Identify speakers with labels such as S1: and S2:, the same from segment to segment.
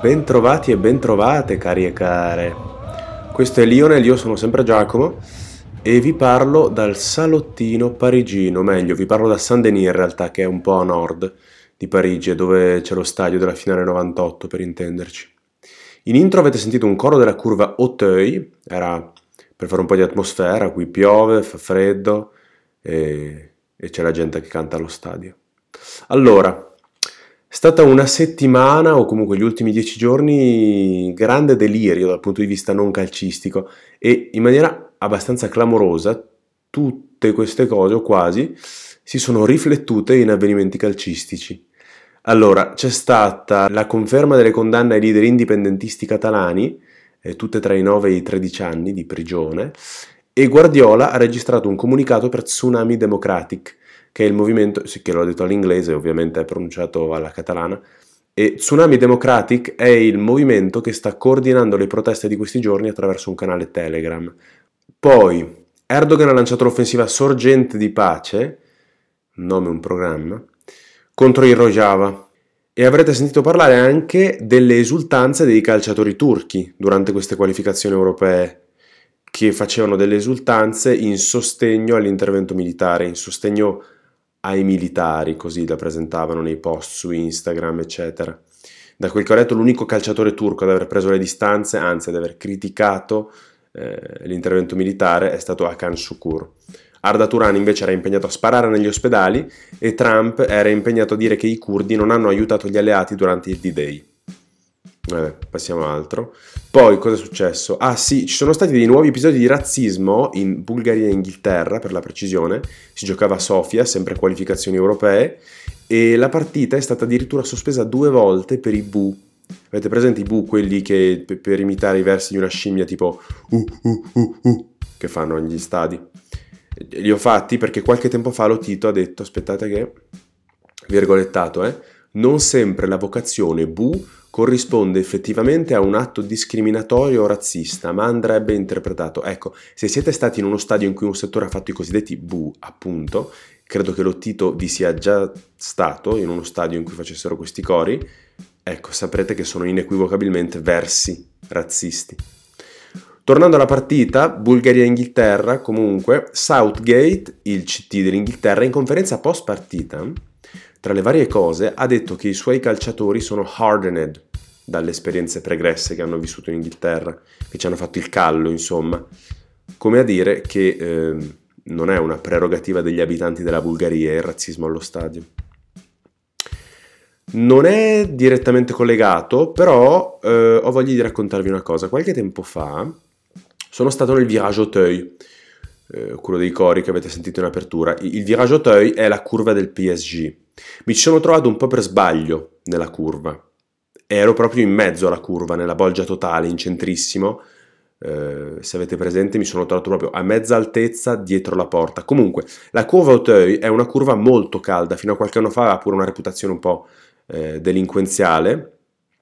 S1: Bentrovati e bentrovate cari e care. Questo è Lionel, io sono sempre Giacomo e vi parlo dal salottino parigino, meglio vi parlo da Saint-Denis in realtà, che è un po' a nord di Parigi, dove c'è lo stadio della finale 98 per intenderci. In intro avete sentito un coro della curva Auteuil, era per fare un po' di atmosfera, qui piove, fa freddo e c'è la gente che canta allo stadio. Allora, è stata una settimana, o comunque gli ultimi 10 giorni, grande delirio dal punto di vista non calcistico e in maniera abbastanza clamorosa tutte queste cose, o quasi, si sono riflettute in avvenimenti calcistici. Allora, c'è stata la conferma delle condanne ai leader indipendentisti catalani, tutte tra i 9 e i 13 anni di prigione, e Guardiola ha registrato un comunicato per Tsunami Democratic, che è il movimento, sì, che l'ho detto all'inglese, ovviamente è pronunciato alla catalana, e Tsunami Democratic è il movimento che sta coordinando le proteste di questi giorni attraverso un canale Telegram. Poi Erdogan ha lanciato l'offensiva Sorgente di Pace, nome un programma, contro il Rojava. E avrete sentito parlare anche delle esultanze dei calciatori turchi durante queste qualificazioni europee, che facevano delle esultanze in sostegno all'intervento militare, in sostegno ai militari, così la presentavano nei post su Instagram, eccetera. Da quel che ho letto, l'unico calciatore turco ad aver preso le distanze, anzi ad aver criticato l'intervento militare, è stato Hakan Şükür. Arda Turan invece era impegnato a sparare negli ospedali e Trump era impegnato a dire che i curdi non hanno aiutato gli alleati durante il D-Day. Passiamo a altro. Poi cosa è successo? Ah sì, ci sono stati dei nuovi episodi di razzismo in Bulgaria e Inghilterra, per la precisione. Si giocava a Sofia, sempre qualificazioni europee, e la partita è stata addirittura sospesa 2 volte per i bu. Avete presente i bu, quelli che per imitare i versi di una scimmia tipo che fanno negli stadi? Li ho fatti perché qualche tempo fa Lotito ha detto, aspettate che, virgolettato, non sempre la vocazione bu corrisponde effettivamente a un atto discriminatorio o razzista, ma andrebbe interpretato. Ecco, se siete stati in uno stadio in cui un settore ha fatto i cosiddetti bu, appunto, credo che Lotito vi sia già stato in uno stadio in cui facessero questi cori, ecco, saprete che sono inequivocabilmente versi razzisti. Tornando alla partita, Bulgaria-Inghilterra, comunque, Southgate, il CT dell'Inghilterra, in conferenza post partita, tra le varie cose, ha detto che i suoi calciatori sono hardened dalle esperienze pregresse che hanno vissuto in Inghilterra, che ci hanno fatto il callo, insomma. Come a dire che non è una prerogativa degli abitanti della Bulgaria il razzismo allo stadio. Non è direttamente collegato, però ho voglia di raccontarvi una cosa. Qualche tempo fa sono stato nel Virage Auteuil, quello dei cori che avete sentito in apertura. Il Virage Auteuil è la curva del PSG. Mi ci sono trovato un po' per sbaglio nella curva. Ero proprio in mezzo alla curva, nella bolgia totale, in centrissimo. Se avete presente, mi sono trovato proprio a mezza altezza dietro la porta. Comunque, la curva Auteuil è una curva molto calda. Fino a qualche anno fa aveva pure una reputazione un po' delinquenziale.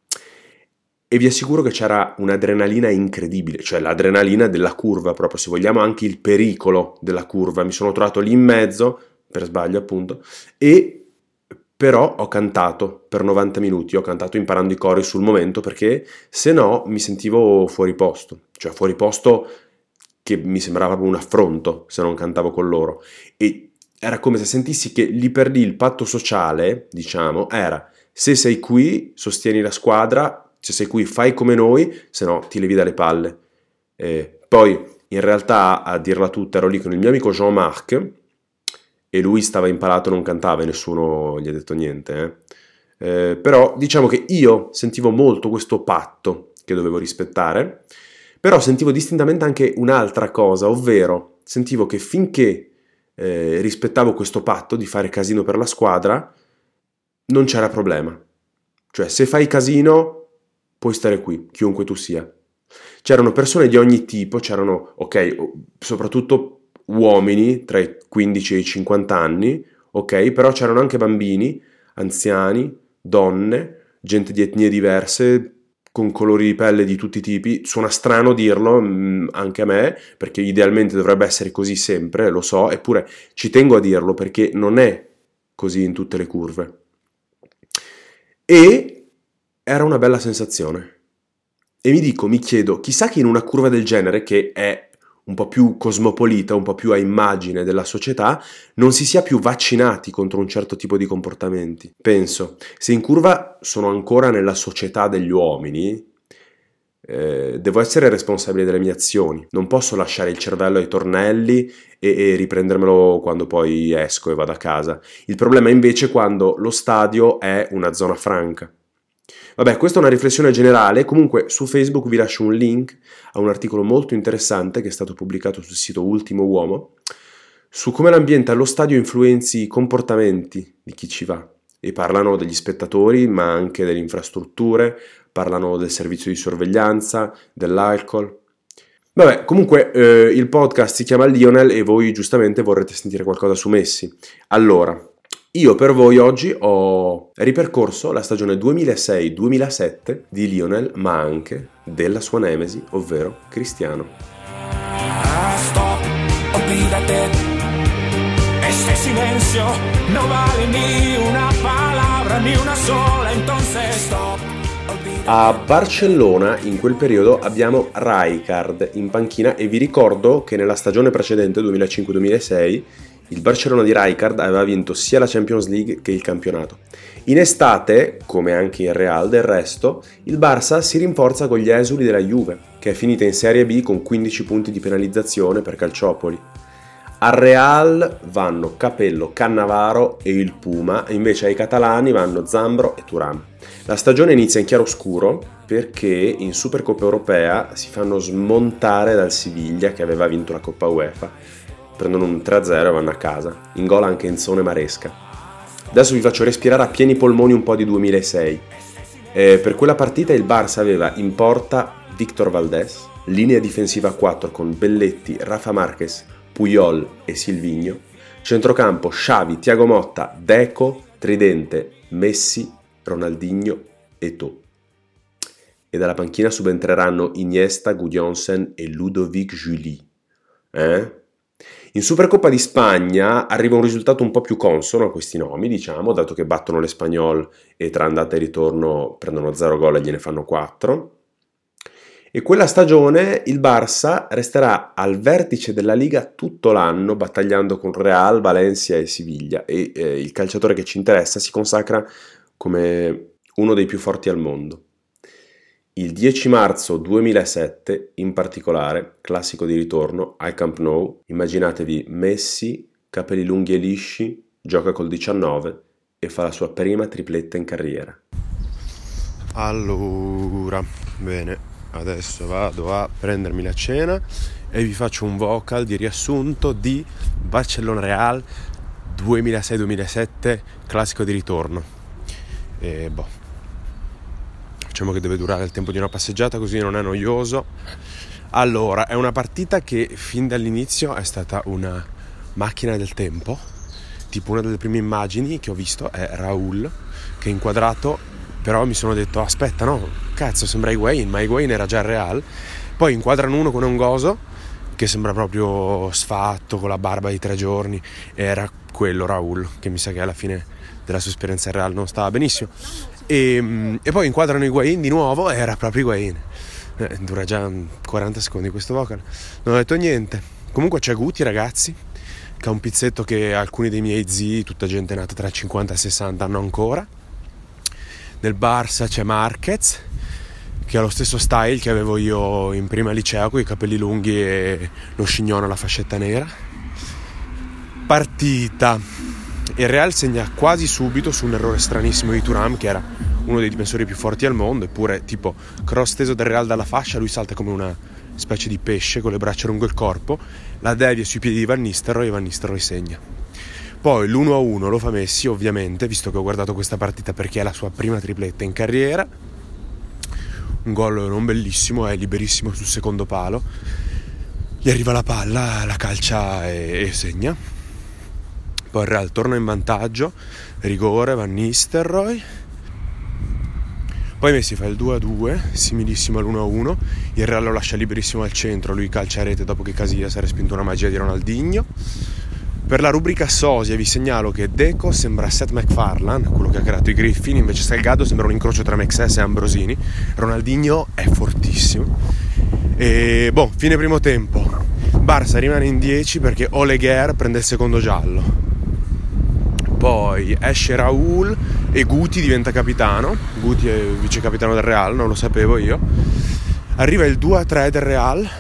S1: E vi assicuro che c'era un'adrenalina incredibile, cioè l'adrenalina della curva proprio, se vogliamo anche il pericolo della curva. Mi sono trovato lì in mezzo, per sbaglio appunto, e però ho cantato per 90 minuti, ho cantato imparando i cori sul momento perché se no mi sentivo fuori posto, cioè fuori posto che mi sembrava proprio un affronto se non cantavo con loro. E era come se sentissi che lì per lì il patto sociale, diciamo, era se sei qui sostieni la squadra, se sei qui fai come noi, se no ti levi dalle palle. Poi in realtà a dirla tutta ero lì con il mio amico Jean-Marc e lui stava impalato, non cantava e nessuno gli ha detto niente. Però diciamo che io sentivo molto questo patto che dovevo rispettare, però sentivo distintamente anche un'altra cosa, ovvero sentivo che finché rispettavo questo patto di fare casino per la squadra non c'era problema. Cioè se fai casino puoi stare qui, chiunque tu sia. C'erano persone di ogni tipo, c'erano, ok, soprattutto uomini tra i 15 e i 50 anni, ok, però c'erano anche bambini, anziani, donne, gente di etnie diverse, con colori di pelle di tutti i tipi. Suona strano dirlo, anche a me, perché idealmente dovrebbe essere così sempre, lo so, eppure ci tengo a dirlo perché non è così in tutte le curve. E era una bella sensazione. E mi chiedo, chissà che in una curva del genere, che è un po' più cosmopolita, un po' più a immagine della società, non si sia più vaccinati contro un certo tipo di comportamenti. Penso, se in curva sono ancora nella società degli uomini, devo essere responsabile delle mie azioni. Non posso lasciare il cervello ai tornelli e riprendermelo quando poi esco e vado a casa. Il problema è invece quando lo stadio è una zona franca. Vabbè, questa è una riflessione generale. Comunque su Facebook vi lascio un link a un articolo molto interessante che è stato pubblicato sul sito Ultimo Uomo su come l'ambiente allo stadio influenzi i comportamenti di chi ci va. E parlano degli spettatori, ma anche delle infrastrutture, parlano del servizio di sorveglianza, dell'alcol. Vabbè, comunque il podcast si chiama Lionel e voi giustamente vorrete sentire qualcosa su Messi. Allora, io per voi oggi ho ripercorso la stagione 2006-2007 di Lionel, ma anche della sua nemesi, ovvero Cristiano.
S2: Stop, olvídate. Ese silencio no vale ni una palabra, ni una sola, entonces stop.
S1: A Barcellona in quel periodo abbiamo Rijkaard in panchina e vi ricordo che nella stagione precedente, 2005-2006, il Barcellona di Rijkaard aveva vinto sia la Champions League che il campionato. In estate, come anche in Real del resto, il Barça si rinforza con gli esuli della Juve, che è finita in Serie B con 15 punti di penalizzazione per Calciopoli. Al Real vanno Capello, Cannavaro e il Puma, e invece ai catalani vanno Zambro e Thuram. La stagione inizia in chiaroscuro perché in Supercoppa Europea si fanno smontare dal Siviglia che aveva vinto la Coppa UEFA. Prendono un 3-0 e vanno a casa. In gol anche Enzone Maresca. Adesso vi faccio respirare a pieni polmoni un po' di 2006. Per quella partita il Barça aveva in porta Víctor Valdés, linea difensiva a 4 con Belletti, Rafa Márquez, Puyol e Silvinho, centrocampo Xavi, Thiago Motta, Deco, Tridente, Messi, Ronaldinho e Eto'o. E dalla panchina subentreranno Iniesta, Gudjonsen e Ludovic Julie. In Supercoppa di Spagna arriva un risultato un po' più consono a questi nomi, diciamo, dato che battono l'Espanyol e tra andata e ritorno prendono 0 gol e gliene fanno 4. E quella stagione il Barça resterà al vertice della Liga tutto l'anno, battagliando con Real, Valencia e Siviglia, e il calciatore che ci interessa si consacra come uno dei più forti al mondo. Il 10 marzo 2007, in particolare, classico di ritorno al Camp Nou, immaginatevi Messi, capelli lunghi e lisci, gioca col 19 e fa la sua prima tripletta in carriera. Allora, bene, adesso vado a prendermi la cena e vi faccio un vocal di riassunto di Barcellona Real 2006-2007, classico di ritorno. Diciamo che deve durare il tempo di una passeggiata, così non è noioso. Allora, è una partita che fin dall'inizio è stata una macchina del tempo. Tipo, una delle prime immagini che ho visto è Raul che è inquadrato, però mi sono detto aspetta, no, cazzo, sembra Higuaín, ma Higuaín era già il Real. Poi inquadrano uno con un Goso che sembra proprio sfatto, con la barba di 3 giorni, e era quello Raul, che mi sa che alla fine della sua esperienza al Real non stava benissimo. E poi inquadrano Higuaín di nuovo e era proprio Higuaín. Dura già 40 secondi questo vocal, non ho detto niente. Comunque c'è Guti, ragazzi, che ha un pizzetto che alcuni dei miei zii, tutta gente nata tra 50 e 60, hanno ancora. Nel Barça c'è Márquez, che ha lo stesso style che avevo io in prima liceo, con i capelli lunghi e lo scignone alla fascetta nera. Partita. Il Real segna quasi subito su un errore stranissimo di Thuram, che era uno dei difensori più forti al mondo, eppure tipo cross teso del Real dalla fascia, lui salta come una specie di pesce con le braccia lungo il corpo, la devia sui piedi di Van Nistelrooy e Van Nistelrooy segna. Poi l'1-1 lo fa Messi, ovviamente, visto che ho guardato questa partita perché è la sua prima tripletta in carriera. Un gol non bellissimo, è liberissimo sul secondo palo, gli arriva la palla, la calcia e segna. Poi il Real torna in vantaggio, rigore, Van Nistelrooy. Poi Messi fa il 2-2, similissimo all'1-1. Il Real lo lascia liberissimo al centro, lui calcia a rete dopo che Casillas ha respinto una magia di Ronaldinho. Per la rubrica sosia vi segnalo che Deco sembra Seth MacFarlane, quello che ha creato i Griffin, invece Salgado sembra un incrocio tra Mexes e Ambrosini. Ronaldinho è fortissimo. E fine primo tempo. Barça rimane in 10 perché Oleguer prende il secondo giallo. Poi esce Raul e Guti diventa capitano. Guti è vice capitano del Real, non lo sapevo io. Arriva il 2-3 del Real.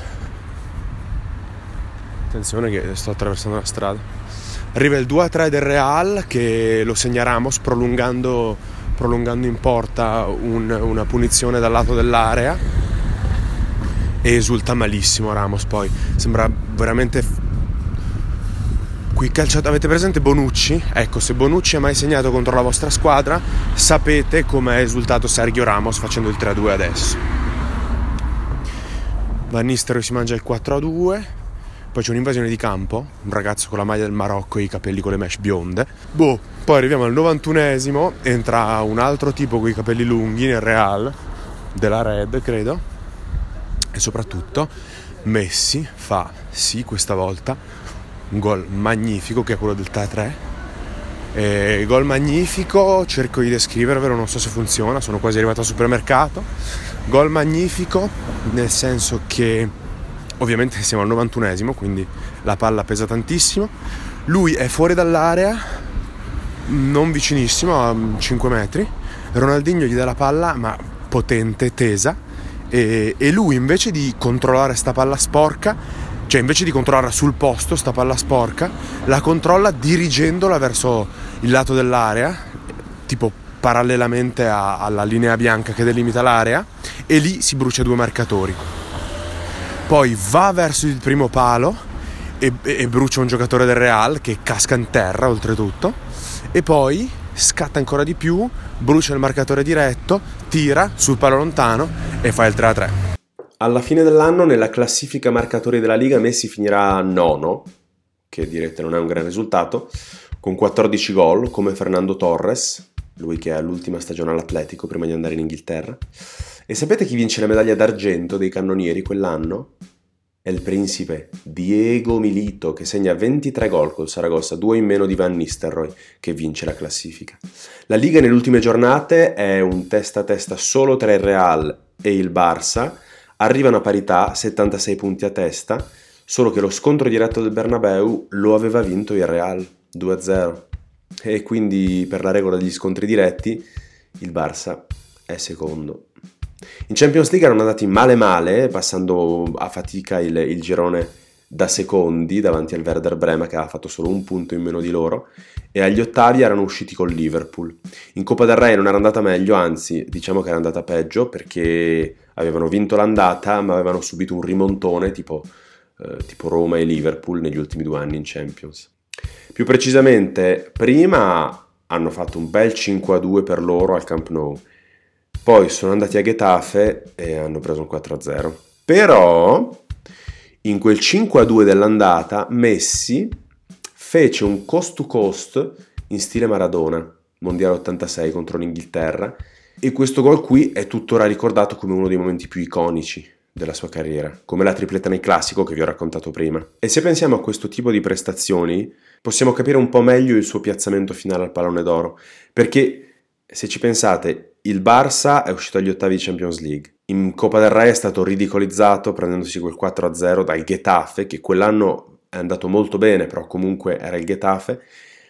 S1: Attenzione che sto attraversando la strada. Arriva il 2-3 del Real che lo segna Ramos prolungando in porta una punizione dal lato dell'area, e esulta malissimo Ramos. Poi sembra veramente qui calciato. Avete presente Bonucci? Ecco, se Bonucci ha mai segnato contro la vostra squadra, sapete come è esultato Sergio Ramos facendo il 3-2 adesso. Van Nistelrooy si mangia il 4-2. Poi c'è un'invasione di campo, un ragazzo con la maglia del Marocco e i capelli con le mesh bionde. Poi arriviamo al 91esimo, entra un altro tipo con i capelli lunghi nel Real, della Red credo, e soprattutto Messi fa, sì questa volta, un gol magnifico che è quello del 3-3. Gol magnifico, cerco di descrivervelo, non so se funziona, sono quasi arrivato al supermercato. Gol magnifico nel senso che ovviamente siamo al 91esimo, quindi la palla pesa tantissimo. Lui è fuori dall'area, non vicinissimo, a 5 metri. Ronaldinho gli dà la palla, ma potente, tesa. E lui invece di controllare sta palla sporca, cioè invece di controllarla sul posto, sta palla sporca, la controlla dirigendola verso il lato dell'area, tipo parallelamente alla linea bianca che delimita l'area, e lì si brucia 2 marcatori. Poi va verso il primo palo e brucia un giocatore del Real che casca in terra oltretutto, e poi scatta ancora di più, brucia il marcatore diretto, tira sul palo lontano e fa il 3-3.
S3: Alla fine dell'anno nella classifica marcatori della Liga Messi finirà nono, che direte non è un gran risultato, con 14 gol come Fernando Torres, lui che è all'ultima stagione all'Atletico prima di andare in Inghilterra. E sapete chi vince la medaglia d'argento dei cannonieri quell'anno? È il principe Diego Milito, che segna 23 gol col Saragossa, 2 in meno di Van Nistelrooy, che vince la classifica. La Liga nelle ultime giornate è un testa a testa solo tra il Real e il Barça, arrivano a parità, 76 punti a testa, solo che lo scontro diretto del Bernabéu lo aveva vinto il Real, 2-0. E quindi per la regola degli scontri diretti il Barça è secondo. In Champions League erano andati male, passando a fatica il girone da secondi davanti al Werder Brema, che aveva fatto solo un punto in meno di loro, e agli ottavi erano usciti col Liverpool. In Coppa del Re non era andata meglio, anzi diciamo che era andata peggio, perché avevano vinto l'andata ma avevano subito un rimontone tipo Roma e Liverpool negli ultimi 2 anni in Champions. Più precisamente, prima hanno fatto un bel 5-2 per loro al Camp Nou, poi sono andati a Getafe e hanno preso un 4-0. Però in quel 5-2 dell'andata Messi fece un coast to coast in stile Maradona, Mondiale 86 contro l'Inghilterra, e questo gol qui è tuttora ricordato come uno dei momenti più iconici della sua carriera, come la tripletta nel classico che vi ho raccontato prima. E se pensiamo a questo tipo di prestazioni, possiamo capire un po' meglio il suo piazzamento finale al Pallone d'Oro, perché se ci pensate, il Barça è uscito agli ottavi di Champions League. In Coppa del Re è stato ridicolizzato prendendosi quel 4-0 dal Getafe, che quell'anno è andato molto bene, però comunque era il Getafe.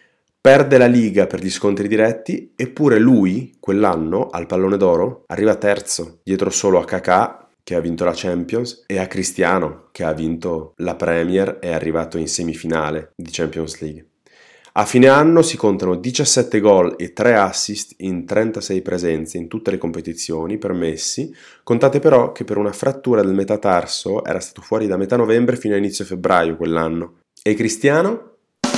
S3: Perde la Liga per gli scontri diretti, eppure lui, quell'anno, al Pallone d'Oro, arriva terzo, dietro solo a Kaká, che ha vinto la Champions, e a Cristiano, che ha vinto la Premier e è arrivato in semifinale di Champions League. A fine anno si contano 17 gol e 3 assist in 36 presenze in tutte le competizioni per Messi, contate però che per una frattura del metatarso era stato fuori da metà novembre fino a inizio febbraio quell'anno. E Cristiano?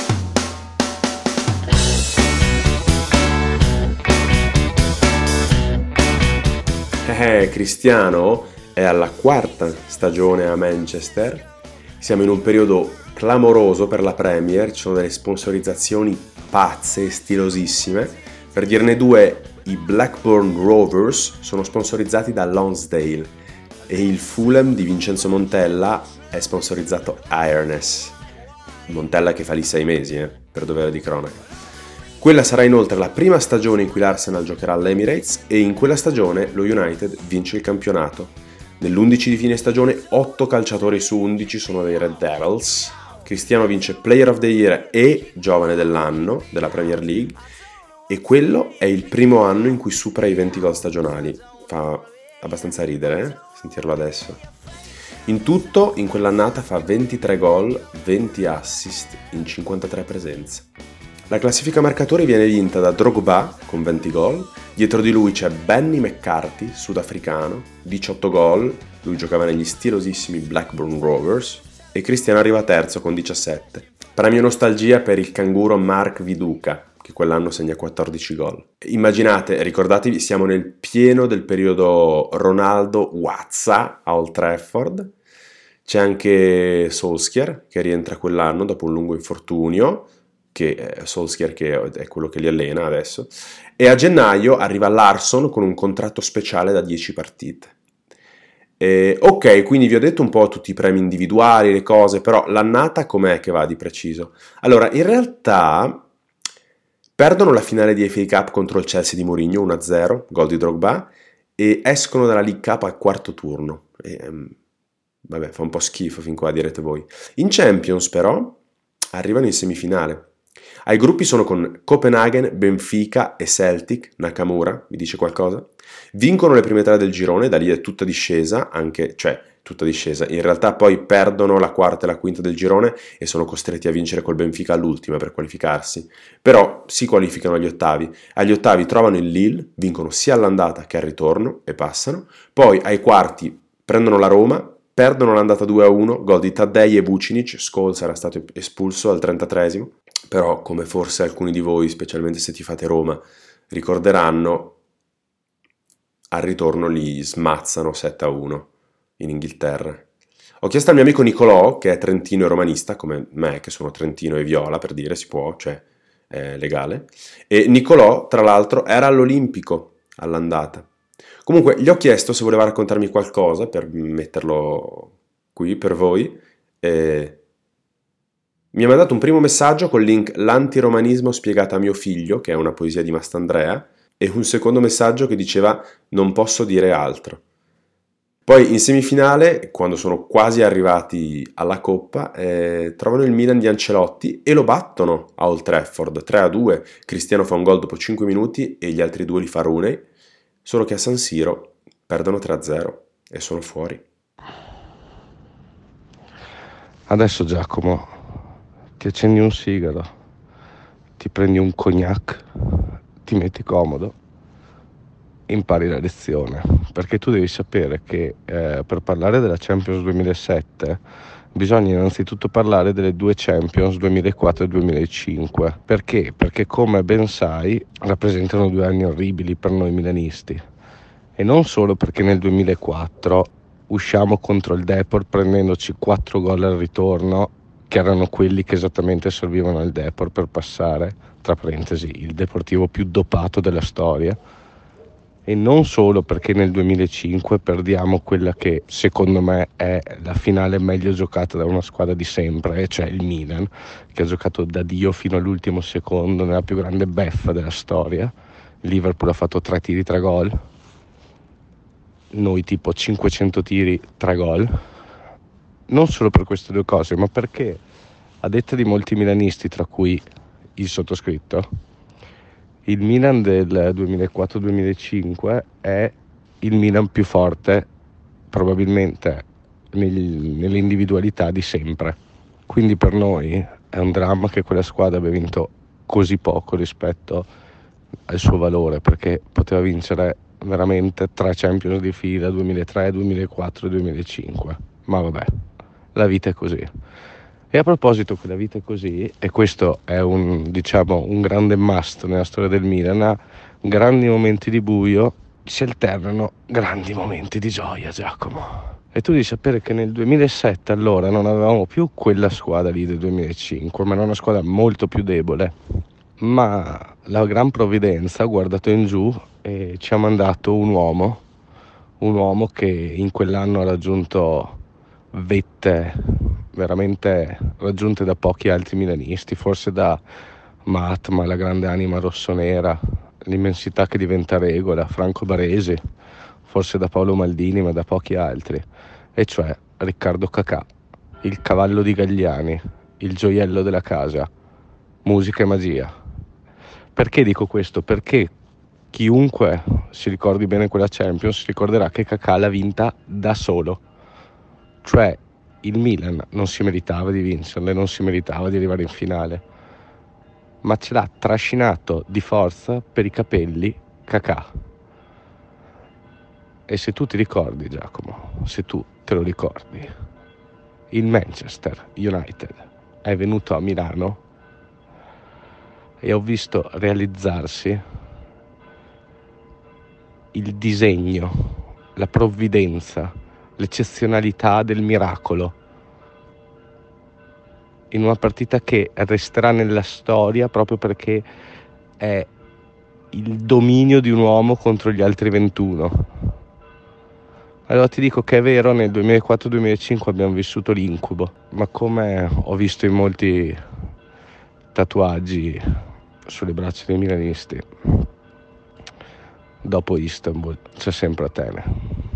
S3: Cristiano è alla 4ª stagione a Manchester, siamo in un periodo clamoroso per la Premier, ci sono delle sponsorizzazioni pazze, stilosissime. Per dirne 2, i Blackburn Rovers sono sponsorizzati da Lonsdale e il Fulham di Vincenzo Montella è sponsorizzato Ironess.
S1: Montella che fa lì 6 mesi, per dovere di cronaca. Quella sarà inoltre la prima stagione in cui l'Arsenal giocherà all'Emirates e in quella stagione lo United vince il campionato. Nell'11 di fine stagione 8 calciatori su 11 sono dei Red Devils. Cristiano vince Player of the Year e Giovane dell'anno della Premier League e quello è il primo anno in cui supera i 20 gol stagionali. Fa abbastanza ridere, sentirlo adesso. In tutto, in quell'annata fa 23 gol, 20 assist in 53 presenze. La classifica marcatori viene vinta da Drogba con 20 gol, dietro di lui c'è Benny McCarthy, sudafricano, 18 gol, lui giocava negli stilosissimi Blackburn Rovers, e Cristiano arriva terzo con 17. Premio nostalgia per il canguro Mark Viduka, che quell'anno segna 14 gol. Immaginate, ricordatevi, siamo nel pieno del periodo Ronaldo-Wazza a Old Trafford, c'è anche Solskjaer che rientra quell'anno dopo un lungo infortunio, Solskjaer che è quello che li allena adesso, e a gennaio arriva Larsson con un contratto speciale da 10 partite. Ok, quindi vi ho detto un po' tutti i premi individuali, le cose, però l'annata com'è che va di preciso? Allora, in realtà perdono la finale di FA Cup contro il Chelsea di Mourinho 1-0, gol di Drogba, e escono dalla League Cup al quarto turno. Vabbè, fa un po' schifo fin qua, direte voi. In Champions però arrivano in semifinale. Ai gruppi sono con Copenaghen, Benfica e Celtic. Nakamura, vi dice qualcosa? Vincono le prime 3 del girone, da lì è tutta discesa, tutta discesa. In realtà poi perdono la quarta e la quinta del girone e sono costretti a vincere col Benfica all'ultima per qualificarsi. Però si qualificano agli ottavi. Agli ottavi trovano il Lille, vincono sia all'andata che al ritorno e passano. Poi ai quarti prendono la Roma, perdono l'andata 2-1, gol di Taddei e Vucinic. Scholes era stato espulso al 33esimo. Però, come forse alcuni di voi, specialmente se tifate Roma, ricorderanno, al ritorno li smazzano 7-1 in Inghilterra. Ho chiesto al mio amico Nicolò, che è trentino e romanista, come me, che sono trentino e viola, per dire, si può, cioè è legale, e Nicolò, tra l'altro, era all'Olimpico all'andata. Comunque, gli ho chiesto se voleva raccontarmi qualcosa per metterlo qui per voi, mi ha mandato un primo messaggio col link L'antiromanismo spiegato a mio figlio, che è una poesia di Mastandrea, e un secondo messaggio che diceva non posso dire altro. Poi in semifinale, quando sono quasi arrivati alla Coppa, trovano il Milan di Ancelotti e lo battono a Old Trafford 3-2. Cristiano fa un gol dopo 5 minuti e gli altri 2 li fa Rooney, solo che a San Siro perdono 3-0 e sono fuori.
S4: Adesso Giacomo, ti accendi un sigaro, ti prendi un cognac, ti metti comodo e impari la lezione, perché tu devi sapere che per parlare della Champions 2007 bisogna innanzitutto parlare delle 2 Champions 2004 e 2005. Perché? Perché come ben sai rappresentano 2 anni orribili per noi milanisti, e non solo perché nel 2004 usciamo contro il Depor prendendoci 4 gol al ritorno, che erano quelli che esattamente servivano al Depor per passare, tra parentesi, il Deportivo più dopato della storia, e non solo perché nel 2005 perdiamo quella che secondo me è la finale meglio giocata da una squadra di sempre, cioè il Milan, che ha giocato da Dio fino all'ultimo secondo nella più grande beffa della storia. Il Liverpool ha fatto 3 tiri, 3 gol, noi tipo 500 tiri, 3 gol. Non solo per queste 2 cose, ma perché, a detta di molti milanisti, tra cui il sottoscritto, il Milan del 2004-2005 è il Milan più forte, probabilmente, nell'individualità di sempre. Quindi per noi è un dramma che quella squadra abbia vinto così poco rispetto al suo valore, perché poteva vincere veramente 3 Champions di fila, 2003, 2004 e 2005. Ma vabbè, la vita è così. E a proposito che la vita è così, e questo è un grande must nella storia del Milan, a grandi momenti di buio si alternano grandi momenti di gioia, Giacomo. E tu devi sapere che nel 2007 allora non avevamo più quella squadra lì del 2005, ma era una squadra molto più debole. Ma la gran provvidenza ha guardato in giù e ci ha mandato un uomo che in quell'anno ha raggiunto vette veramente raggiunte da pochi altri milanisti, forse da Mahatma, la grande anima rossonera, l'immensità che diventa regola, Franco Baresi, forse da Paolo Maldini, ma da pochi altri, e cioè Riccardo Cacà, il cavallo di Gagliani, il gioiello della casa, musica e magia. Perché dico questo? Perché chiunque si ricordi bene quella Champions ricorderà che Cacà l'ha vinta da solo, cioè il Milan non si meritava di vincerle, non si meritava di arrivare in finale, ma ce l'ha trascinato di forza per i capelli Cacà. E se tu ti ricordi, Giacomo, se tu te lo ricordi, il Manchester United è venuto a Milano e ho visto realizzarsi il disegno, la provvidenza, l'eccezionalità del miracolo in una partita che resterà nella storia proprio perché è il dominio di un uomo contro gli altri 21. Allora ti dico che è vero, nel 2004-2005 abbiamo vissuto l'incubo, ma come ho visto in molti tatuaggi sulle braccia dei milanisti, dopo Istanbul c'è sempre Atene.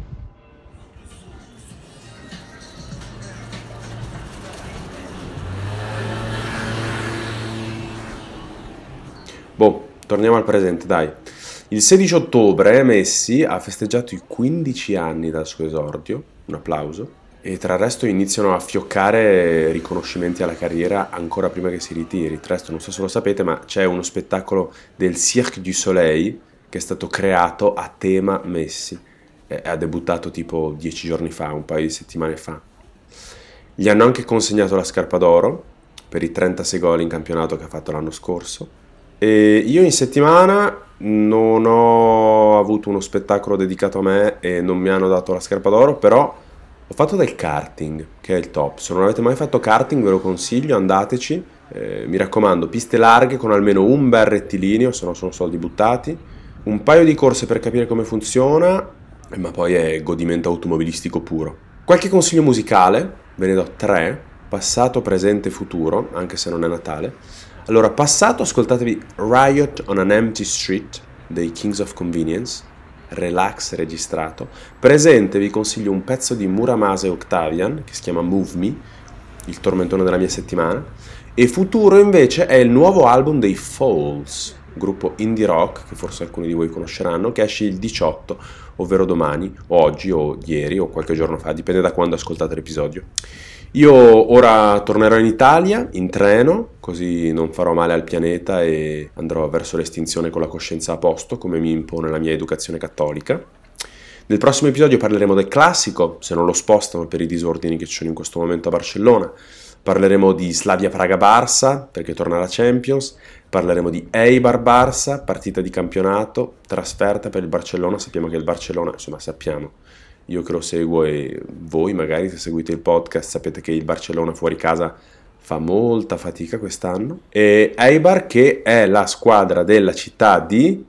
S1: Boh, torniamo al presente, dai. Il 16 ottobre Messi ha festeggiato i 15 anni dal suo esordio, un applauso, e tra il resto iniziano a fioccare riconoscimenti alla carriera ancora prima che si ritiri. Tra l'altro non so se lo sapete, ma c'è uno spettacolo del Cirque du Soleil che è stato creato a tema Messi. Ha debuttato tipo 10 giorni fa, un paio di settimane fa. Gli hanno anche consegnato la scarpa d'oro per i 36 gol in campionato che ha fatto l'anno scorso. E io in settimana non ho avuto uno spettacolo dedicato a me e non mi hanno dato la scarpa d'oro, però ho fatto del karting, che è il top. Se non avete mai fatto karting ve lo consiglio, andateci. Mi raccomando, piste larghe con almeno un bel rettilineo, se no sono soldi buttati, un paio di corse per capire come funziona, ma poi è godimento automobilistico puro. Qualche consiglio musicale, ve ne do 3, passato, presente e futuro, anche se non è Natale. Allora, passato, ascoltatevi Riot on an Empty Street dei Kings of Convenience, relax registrato. Presente vi consiglio un pezzo di Muramasa e Octavian che si chiama Move Me, il tormentone della mia settimana. E futuro invece è il nuovo album dei Falls, gruppo indie rock che forse alcuni di voi conosceranno, che esce il 18, ovvero domani, o oggi, o ieri, o qualche giorno fa, dipende da quando ascoltate l'episodio. Io ora tornerò in Italia in treno, così non farò male al pianeta e andrò verso l'estinzione con la coscienza a posto, come mi impone la mia educazione cattolica. Nel prossimo episodio parleremo del classico, se non lo spostano per i disordini che ci sono in questo momento a Barcellona. Parleremo di Slavia Praga-Barça, perché torna la Champions. Parleremo di Eibar-Barça, partita di campionato, trasferta per il Barcellona. Sappiamo che il Barcellona, insomma sappiamo, io che lo seguo e voi magari se seguite il podcast sapete che il Barcellona fuori casa fa molta fatica quest'anno. E Eibar che è la squadra della città di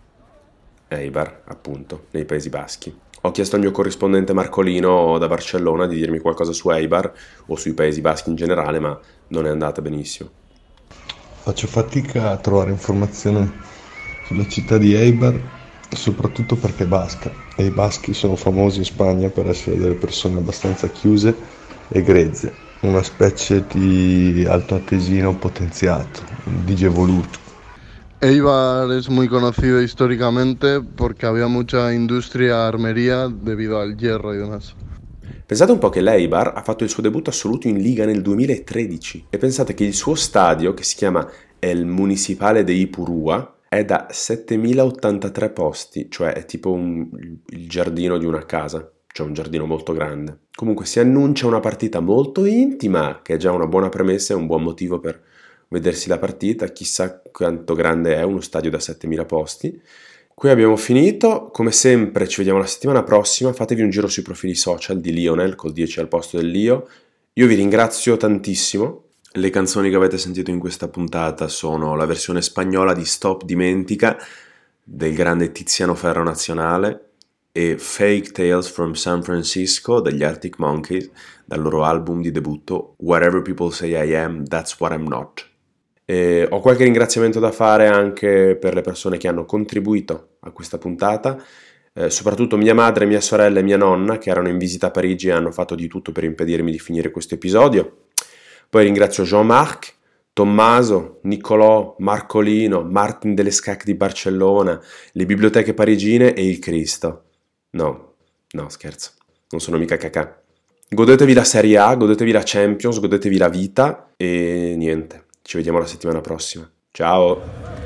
S1: Eibar, appunto, nei Paesi Baschi. Ho chiesto al mio corrispondente Marcolino da Barcellona di dirmi qualcosa su Eibar o sui Paesi Baschi in generale, ma non è andata benissimo.
S5: Faccio fatica a trovare informazioni sulla città di Eibar, soprattutto perché è basca, e i baschi sono famosi in Spagna per essere delle persone abbastanza chiuse e grezze, una specie di altoatesino potenziato, un digivoluto.
S6: Eibar es muy conocido históricamente porque había mucha industria armería debido al hierro y demás.
S1: Pensate un po' che l'Eibar ha fatto il suo debutto assoluto in Liga nel 2013 e pensate che il suo stadio, che si chiama El Municipale de Ipurúa, è da 7083 posti, cioè è tipo il giardino di una casa, cioè un giardino molto grande. Comunque si annuncia una partita molto intima, che è già una buona premessa e un buon motivo per vedersi la partita. Chissà quanto grande è uno stadio da 7000 posti. Qui abbiamo finito, come sempre ci vediamo la settimana prossima, fatevi un giro sui profili social di Lionel col 10 al posto del Lio. Io vi ringrazio tantissimo. Le canzoni che avete sentito in questa puntata sono la versione spagnola di Stop Dimentica del grande Tiziano Ferro Nazionale, e Fake Tales from San Francisco degli Arctic Monkeys dal loro album di debutto Whatever People Say I Am, That's What I'm Not. E ho qualche ringraziamento da fare anche per le persone che hanno contribuito a questa puntata, soprattutto mia madre, mia sorella e mia nonna, che erano in visita a Parigi e hanno fatto di tutto per impedirmi di finire questo episodio. Poi ringrazio Jean-Marc, Tommaso, Niccolò, Marcolino, Martin Delescac di Barcellona, le biblioteche parigine e il Cristo. No, scherzo, non sono mica cacà. Godetevi la Serie A, godetevi la Champions, godetevi la vita e niente, ci vediamo la settimana prossima. Ciao!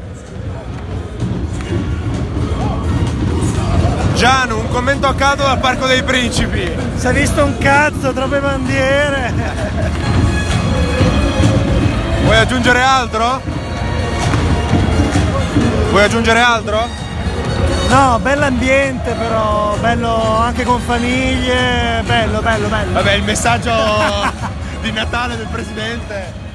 S7: Gianu, un commento a caldo dal Parco dei Principi.
S8: Si è visto un cazzo, troppe bandiere.
S7: Vuoi aggiungere altro?
S8: No, bell'ambiente però, bello anche con famiglie, bello.
S7: Vabbè, il messaggio di Natale del presidente.